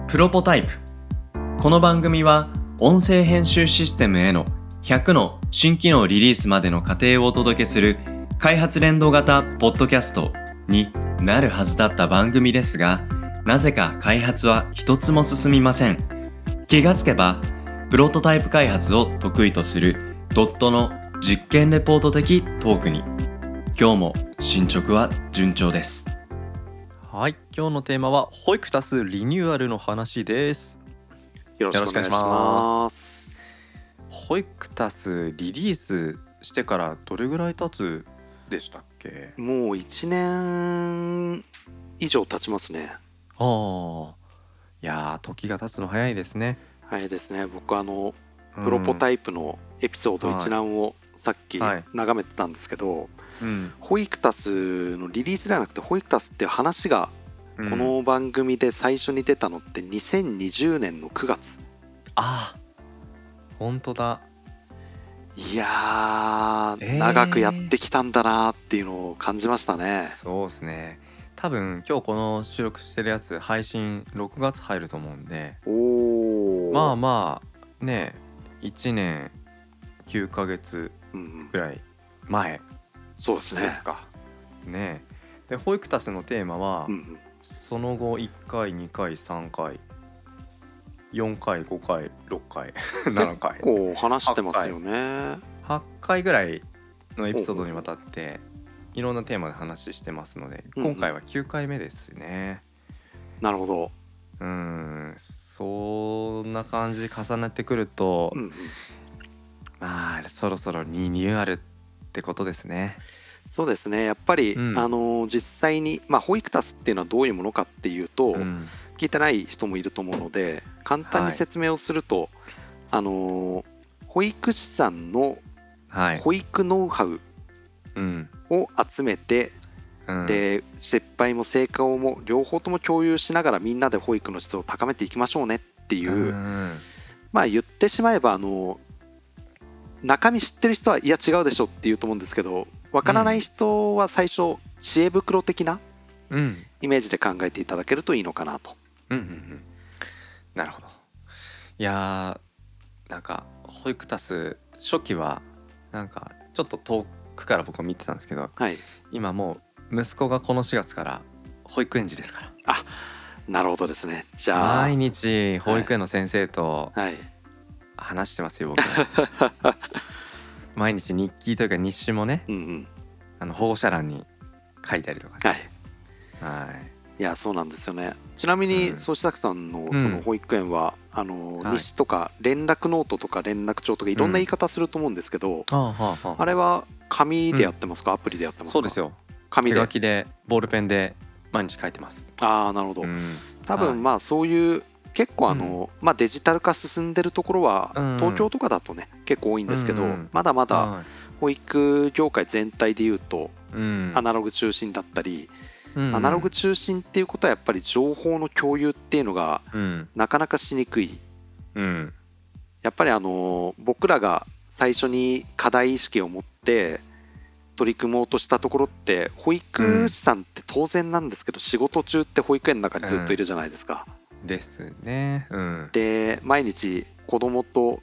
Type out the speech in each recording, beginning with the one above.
プロポタイプ。この番組は音声編集システムへの100の新機能リリースまでの過程をお届けする開発連動型ポッドキャストになるはずだった番組ですが、なぜか開発は一つも進みません。気がつけばプロトタイプ開発を得意とするドットの実験レポート的トークに、今日も進捗は順調です。 はい、今日のテーマはホイクタスリニューアルの話です。 よろしくお願いします。 ホイクタスリリースしてからどれぐらい経つでしたっけ？ もう1年以上経ちますね。 いやー、時が経つの早いですね。 早いですね。僕プロポタイプのエピソード一覧をさっき眺めてたんですけど、ホイクタスのリリースではなくて、ホイクタスっていう話がこの番組で最初に出たのって2020年の9月。 本当だ。 いやー、長くやってきたんだなっていうのを感じましたね。 そうですね。多分今日この収録してるやつ配信6月入ると思うんで、まあね、1年9ヶ月ぐらい前そうですね。 ですかね。でホイクタスのテーマは、その後1回2回3回4回5回6回7回結構話してますよね。 8回ぐらいのエピソードにわたっていろんなテーマで話してますので、今回は9回目ですね。 なるほど。 そんな感じ重ねてくると、まあそろそろリニューアルってことですね。 そうですね。やっぱり、実際に、ホイクタスっていうのはどういうものかっていうと、聞いてない人もいると思うので簡単に説明をすると、保育士さんの保育ノウハウを集めて、で失敗も成功も両方とも共有しながらみんなで保育の質を高めていきましょうねっていう、言ってしまえば中身知ってる人はいや違うでしょって言うと思うんですけど、わからない人は最初知恵袋的なイメージで考えていただけるといいのかなと。 なるほど。いやー、なんかホイクタス初期はなんかちょっと遠くから僕は見てたんですけど、今もう息子がこの4月から保育園児ですから。 なるほどですね。じゃあ毎日保育園の先生と話してますよ、僕は。毎日日記というか日誌もね、保護者欄に書いたりとか、 いや、そうなんですよね。ちなみに総志作さんのその保育園は、日誌とか連絡ノートとか連絡帳とかいろんな言い方すると思うんですけど、あれは紙でやってますか、アプリでやってますか？ そうですよ。 紙で手書きでボールペンで毎日書いてます。 なるほど。多分そういう結構デジタル化進んでるところは、東京とかだとね結構多いんですけど、まだまだ保育業界全体でいうと、アナログ中心だったり、アナログ中心っていうことはやっぱり情報の共有っていうのがなかなかしにくい。やっぱり僕らが最初に課題意識を持って取り組もうとしたところって、保育士さんって当然なんですけど、仕事中って保育園の中にずっといるじゃないですか。 ですね。 で毎日子供と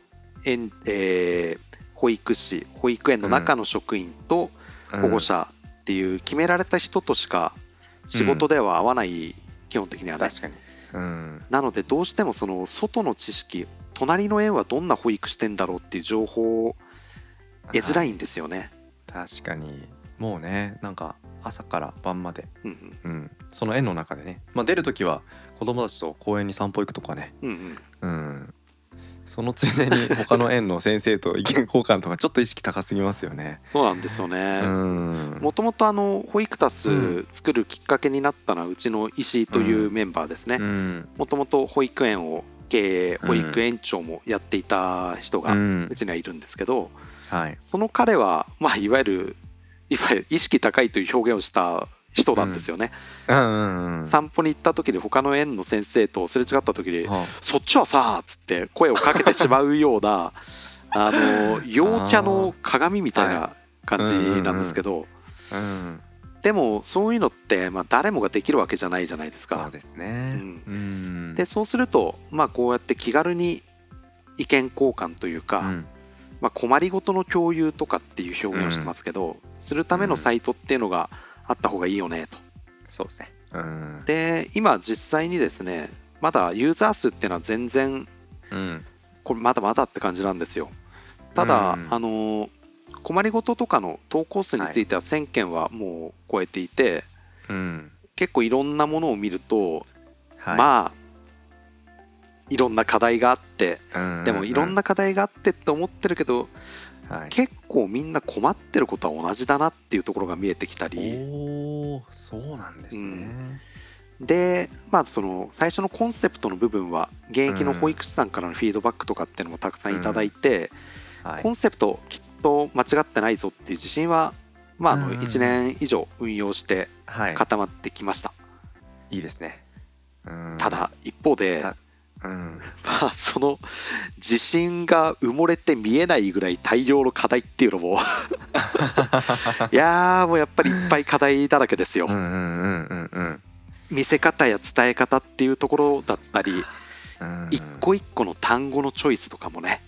保育士、保育園の中の職員と保護者っていう決められた人としか仕事では会わない、基本的にはね。 確かに。 なのでどうしてもその外の知識、隣の園はどんな保育してんだろうっていう情報を得づらいんですよね。 確かに。もうね、なんか朝から晩まで、その園の中でね、出るときは子供たちと公園に散歩行くとかね、そのついでに他の園の先生と意見交換とかちょっと意識高すぎますよね。 そうなんですよね。もともとホイクタス作るきっかけになったのはうちの石井というメンバーですね。もともと保育園を経営、保育園長もやっていた人がうちにはいるんですけど、その彼はいわゆる意識高いという表現をした人なんですよね。散歩に行った時に他の園の先生とすれ違った時に「そっちはさ」っつって声をかけてしまうような陽キャの鏡みたいな感じなんですけど、 でもそういうのって、誰もができるわけじゃないじゃないですか。 そうですね。 でそうすると、こうやって気軽に意見交換というか、困りごとの共有とかっていう表現をしてますけど、するためのサイトっていうのがあった方がいいよねと。 そうですね。 で今実際にですね、まだユーザー数っていうのは全然、これまだまだって感じなんですよ。ただ、困りごととかの投稿数については1000件はもう超えていて、結構いろんなものを見ると、いろんな課題があって、でもいろんな課題があってって思ってるけど、結構みんな困ってることは同じだなっていうところが見えてきたり。 そうなんですね。 でその最初のコンセプトの部分は現役の保育士さんからのフィードバックとかっていうのもたくさんいただいて、コンセプトきっと間違ってないぞっていう自信は1年以上運用して固まってきました。 いいですね。 ただ一方でその自信が埋もれて見えないぐらい大量の課題っていうのもいやーもうやっぱりいっぱい課題だらけですよ。見せ方や伝え方っていうところだったり、一個一個の単語のチョイスとかもね。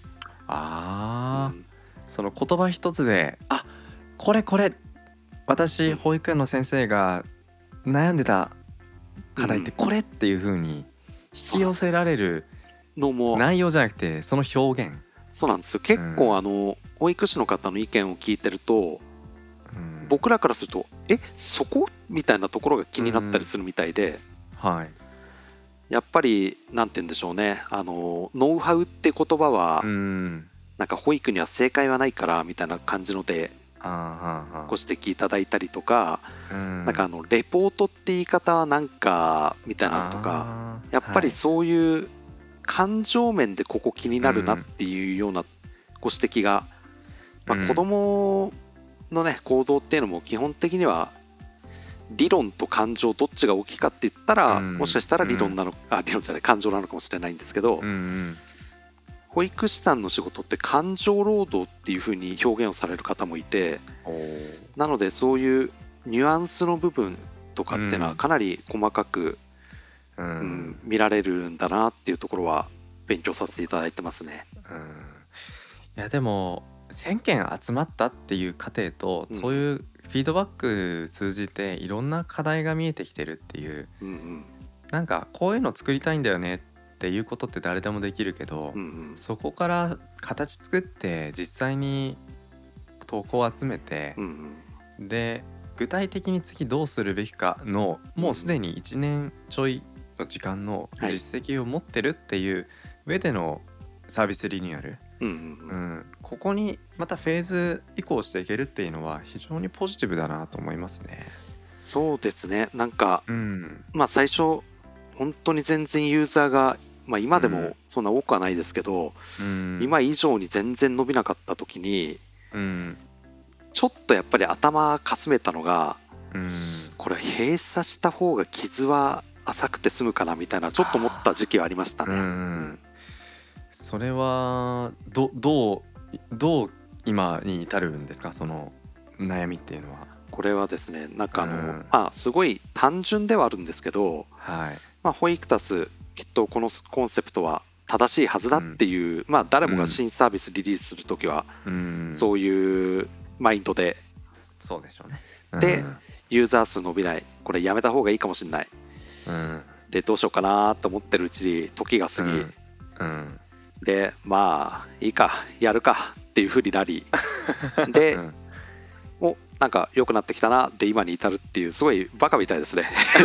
その言葉一つで、これ私保育園の先生が悩んでた課題ってこれっていう風に引き寄せられるのも内容じゃなくてその表現。 そうなんですよ。結構保育士の方の意見を聞いてると、僕らからするとそこみたいなところが気になったりするみたいで、やっぱりなんて言うんでしょうね、ノウハウって言葉はなんか保育には正解はないからみたいな感じのでご指摘いただいたりとか、なんかレポートって言い方はなんかみたいなのとか、やっぱりそういう感情面でここ気になるなっていうようなご指摘が、子供のね行動っていうのも基本的には理論と感情どっちが大きいかって言ったら、もしかしたら理論じゃない感情なのかもしれないんですけど、保育士さんの仕事って感情労働っていう風に表現をされる方もいて、なのでそういうニュアンスの部分とかっていうのはかなり細かく、見られるんだなっていうところは勉強させていただいてますね。 いやでも1000件集まったっていう過程と、そういうフィードバック通じていろんな課題が見えてきてるっていう、なんかこういうの作りたいんだよねっていうことって誰でもできるけど、そこから形作って実際に投稿を集めて、で具体的に次どうするべきかのもうすでに1年ちょいの時間の実績を持ってるっていう上でのサービスリニューアル、ここにまたフェーズ移行していけるっていうのは非常にポジティブだなと思いますね。 そうですね。なんか、最初本当に全然ユーザーが、今でもそんな多くはないですけど、今以上に全然伸びなかった時に、ちょっとやっぱり頭かすめたのが、これ閉鎖した方が傷は浅くて済むかなみたいなちょっと思った時期はありましたね。 それはどう今に至るんですか、その悩みっていうのは。 これはですね、なんかすごい単純ではあるんですけど、ホイクタスきっとこのコンセプトは正しいはずだっていう、誰もが新サービスリリースするときは、そういうマインドで、 そうでしょうね。 でユーザー数伸びない、これやめた方がいいかもしれない、でどうしようかなと思ってるうちに時が過ぎ、でいいかやるかっていうふうになりで、なんか良くなってきたなで今に至るっていう、すごいバカみたいですね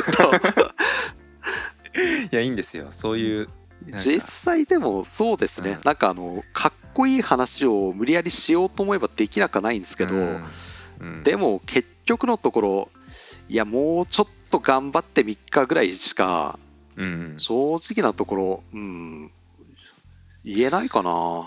いやいいんですよ、そういう実際でもそうですね、なんかかっこいい話を無理やりしようと思えばできなくはないんですけど、でも結局のところ、いやもうちょっと頑張って3日ぐらいしか、正直なところ、言えないかな。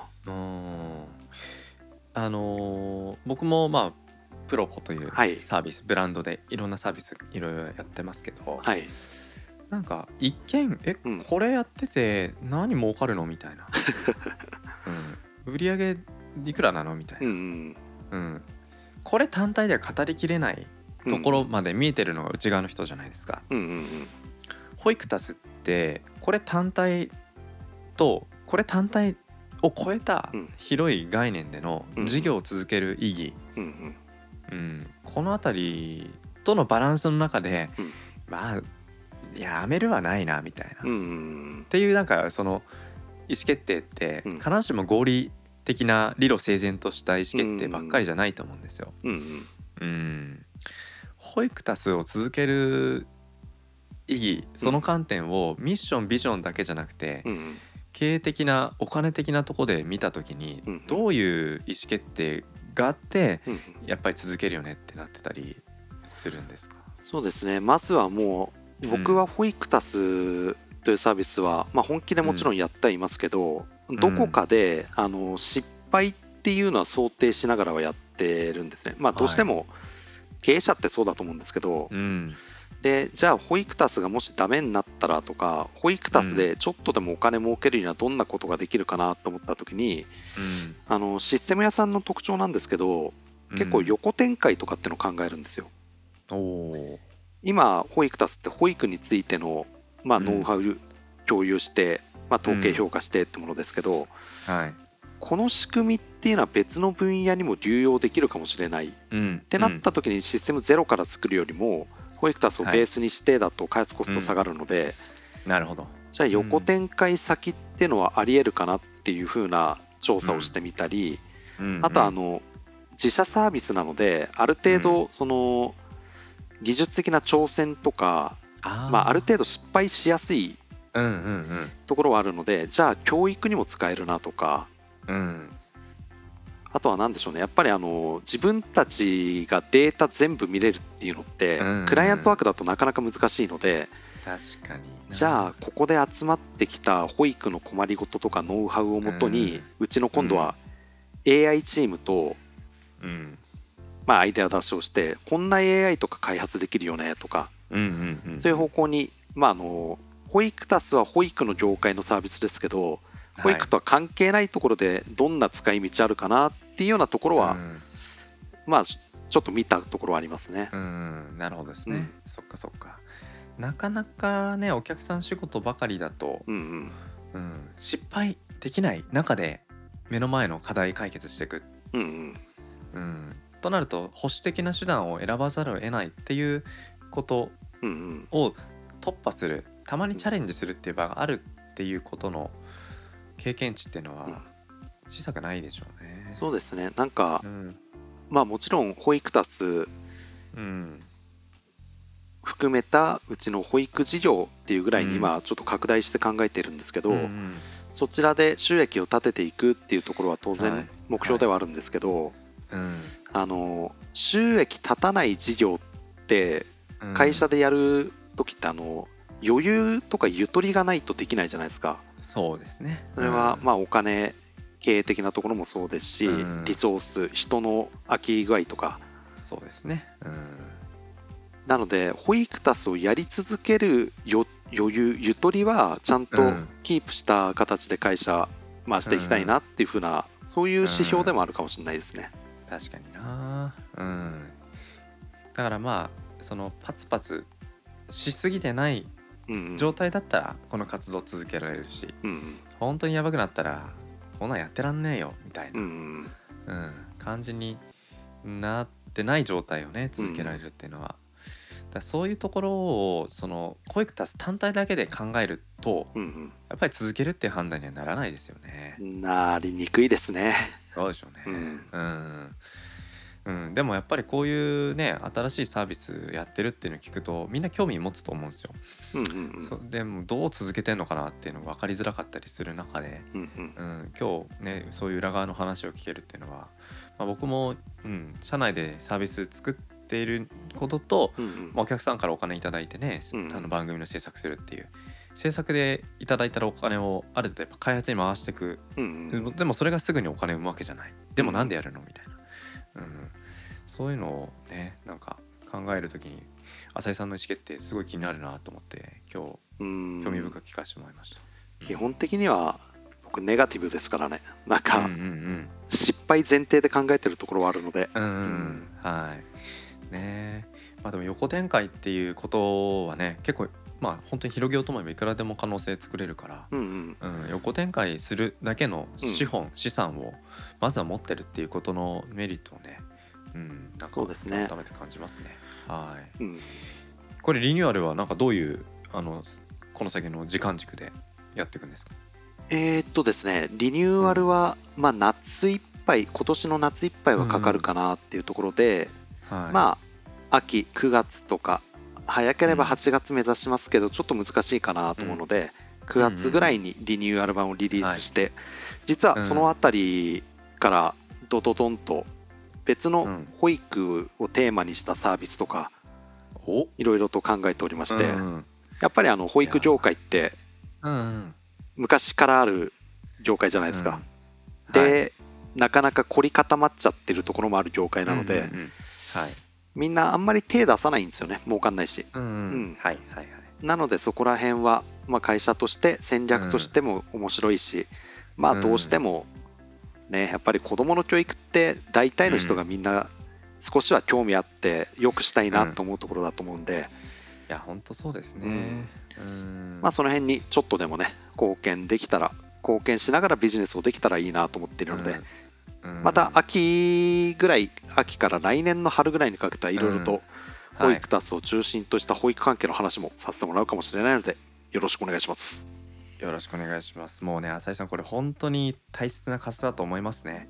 僕もプロポというサービス、ブランドでいろんなサービスいろいろやってますけど、なんか一見これやってて何儲かるのみたいな、売り上げいくらなのみたいな、これ単体では語りきれないところまで見えてるのが内側の人じゃないですか。ホイクタスってこれ単体を超えた広い概念での事業を続ける意義、このあたりとのバランスの中で、まあやめるはないなみたいな、っていうなんかその意思決定って必ずしも合理的な理路整然とした意思決定ばっかりじゃないと思うんですよ。ホイクタスを続ける意義、その観点をミッションビジョンだけじゃなくて、経営的なお金的なところで見た時にどういう意思決定があってやっぱり続けるよねってなってたりするんですか？ そうですね、まずはもう僕はホイクタスというサービスは、本気でもちろんやってはいますけど、どこかで失敗っていうのは想定しながらはやってるんですね。どうしても経営者ってそうだと思うんですけど、でじゃあホイクタスがもしダメになったらとか、ホイクタスでちょっとでもお金儲けるにはどんなことができるかなと思った時に、システム屋さんの特徴なんですけど、結構横展開とかってのを考えるんですよ。今ホイクタスって保育についての、ノウハウ共有して、統計評価してってものですけど、この仕組みっていうのは別の分野にも流用できるかもしれない、ってなった時にシステムゼロから作るよりもホイクタスをベースにしてだと開発コスト下がるので、 なるほど。 じゃあ横展開先っていうのはありえるかなっていう風な調査をしてみたり、あと自社サービスなのである程度その技術的な挑戦とか、ある程度失敗しやすいところはあるので、じゃあ教育にも使えるなとか、あとは何でしょうね、やっぱり自分たちがデータ全部見れるっていうのって、クライアントワークだとなかなか難しいので、 確かにじゃあここで集まってきた保育の困りごととかノウハウをもとに、うちの今度は AI チームと、アイデア出しをして、こんな AI とか開発できるよねとか、そういう方向に、ホイクタスは保育の業界のサービスですけど、保育とは関係ないところでどんな使い道あるかなっていうようなところは、ちょっと見たところはありますね。 なるほどですね。そっかそっか。なかなかね、お客さん仕事ばかりだと、失敗できない中で目の前の課題解決していく、となると保守的な手段を選ばざるを得ないっていうことを突破する、たまにチャレンジするっていう場があるっていうことの経験値っていうのは小さくないでしょうね。 そうですね、なんか、もちろんホイクタス含めたうちの保育事業っていうぐらいに今ちょっと拡大して考えてるんですけど、そちらで収益を立てていくっていうところは当然目標ではあるんですけど、収益立たない事業って会社でやる時って余裕とかゆとりがないとできないじゃないですか。 そうですね。 それはお金経営的なところもそうですし、リソース、人の空き具合とか。 そうですね。 なのでホイクタスをやり続ける余裕ゆとりはちゃんとキープした形で会社回していきたいなっていう風な、そういう指標でもあるかもしれないですね。 確かにな。だからそのパツパツしすぎてない状態だったらこの活動続けられるし、本当にやばくなったらこんなんやってらんねえよみたいな、感じになってない状態をね続けられるっていうのは、だそういうところをそのホイクタス単体だけで考えると、やっぱり続けるっていう判断にはならないですよね。 なりにくいですね。 そうでしょうね。でもやっぱりこういうね新しいサービスやってるっていうのを聞くとみんな興味持つと思うんですよ。でもどう続けてんのかなっていうのが分かりづらかったりする中で、今日ねそういう裏側の話を聞けるっていうのは、僕も、社内でサービス作っていることと、お客さんからお金いただいてね、番組の制作するっていう制作でいただいたらお金をある程度やっぱ開発に回していく、でもそれがすぐにお金を生むわけじゃない。でもなんでやるのみたいな。そういうのをねなんか考えるときに浅井さんの意思決定すごい気になるなと思って今日興味深く聞かせてもらいました。 基本的には僕ネガティブですからね。なんか、失敗前提で考えてるところはあるので、 はいね。 まあ、でも横展開っていうことはね結構まあ本当に広げようと思えばいくらでも可能性作れるから、横展開するだけの資本、資産をまずは持ってるっていうことのメリットをね、なんか改めて感じますね。はい、これリニューアルはなんかどういうこの先の時間軸でやっていくんですか？ ですね、リニューアルは、まあ夏いっぱい、今年の夏いっぱいはかかるかなっていうところで、まあ秋9月とか早ければ8月目指しますけど、ちょっと難しいかなと思うので、9月ぐらいにリニューアル版をリリースして、実はそのあたりからドドドンと別の保育をテーマにしたサービスとかいろいろと考えておりまして、やっぱり保育業界って昔からある業界じゃないですか。で、なかなか凝り固まっちゃってるところもある業界なので、みんなあんまり手出さないんですよね。儲かんないし。なのでそこら辺は、まあ、会社として戦略としても面白いし、まあどうしてもね、やっぱり子どもの教育って大体の人がみんな少しは興味あってよくしたいなと思うところだと思うんで、 いや本当そうですね。 まあその辺にちょっとでもね貢献しながらビジネスをできたらいいなと思っているので、また秋から来年の春ぐらいにかけてはいろいろと保育タスを中心とした保育関係の話もさせてもらうかもしれないので、よろしくお願いします。 よろしくお願いします。もうね、浅井さんこれ本当に大切な活動だと思いますね。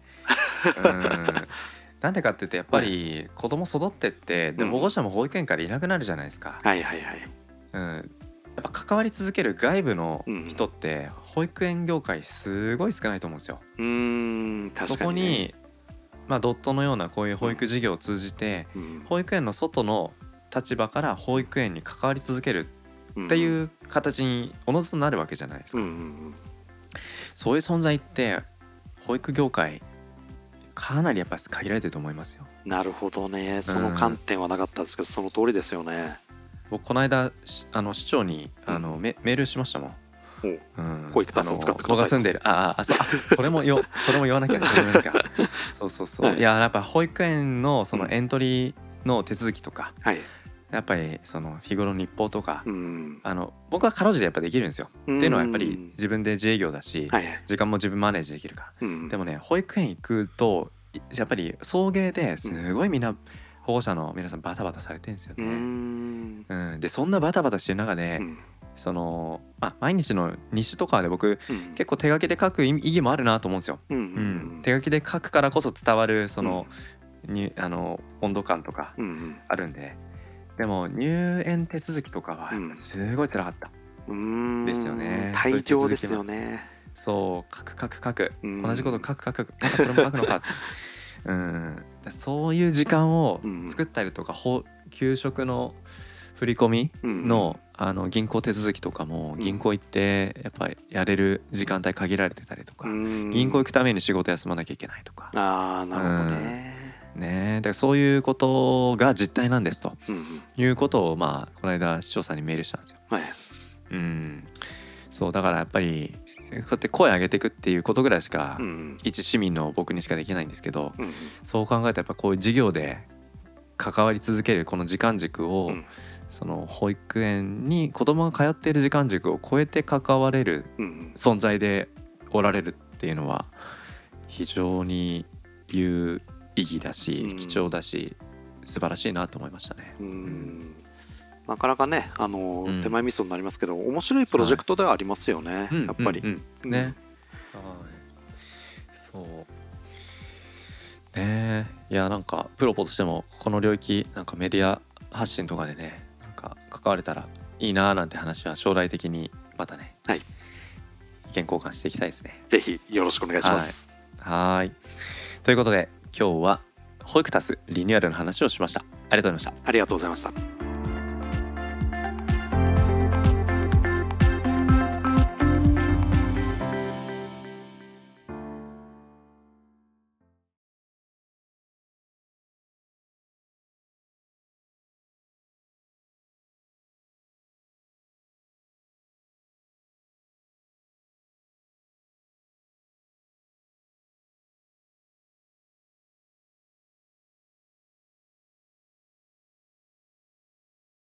なんでかって言ってやっぱり子供育ってって、で保護者も保育園からいなくなるじゃないですか。やっぱ関わり続ける外部の人って保育園業界すごい少ないと思うんですよ。 確かにね。 そこにまあドットのようなこういう保育事業を通じて、保育園の外の立場から保育園に関わり続けるっていう形におのずとなるわけじゃないですか。そういう存在って保育業界かなりやっぱり限られてると思いますよ。 なるほどね。その観点はなかったですけど、その通りですよね。 僕この間市長にメールしましたもん。 保育タスを使ってください。 僕が住んでるそれも言わなきゃそういややっぱ保育園のそのエントリーの手続きとか、やっぱりその日頃日報とか、僕はかろうじてやっぱできるんですよ。っていうのはやっぱり自分で自営業だし、時間も自分マネージできるから。でもね保育園行くとやっぱり送迎ですごいみんな保護者の皆さんバタバタされてるんですよね。でそんなバタバタしてる中で、その毎日の日誌とかで僕、結構手書きで書く意義もあるなと思うんですよ。手書きで書くからこそ伝わるその、温度感とかあるんで、でも入園手続きとかはすごい辛かったですよね。 大量ですよね。 そう書く同じこと書くまたこれも書くのかってそういう時間を作ったりとか、給食の振り込みの、銀行手続きとかも銀行行ってやっぱりやれる時間帯限られてたりとか、銀行行くために仕事休まなきゃいけないとか。 なるほどね。 だからそういうことが実態なんですと、いうことをまあこの間市長さんにメールしたんですよ。そうだからやっぱりこうやって声上げていくっていうことぐらいしか、一市民の僕にしかできないんですけど、そう考えたらやっぱこういう事業で関わり続けるこの時間軸を、その保育園に子供が通っている時間軸を超えて関われる存在でおられるっていうのは非常に有意義だし、貴重だし素晴らしいなと思いましたね。 なかなかね手前味噌になりますけど、面白いプロジェクトではありますよね、やっぱり。 そうね。いやなんかプロポとしてもこの領域なんかメディア発信とかでねなんか関われたらいいなーなんて話は将来的にまたね、意見交換していきたいですね。 ぜひよろしくお願いします。 はいということで今日は保育タスリニューアルの話をしました。ありがとうございました。 ありがとうございました。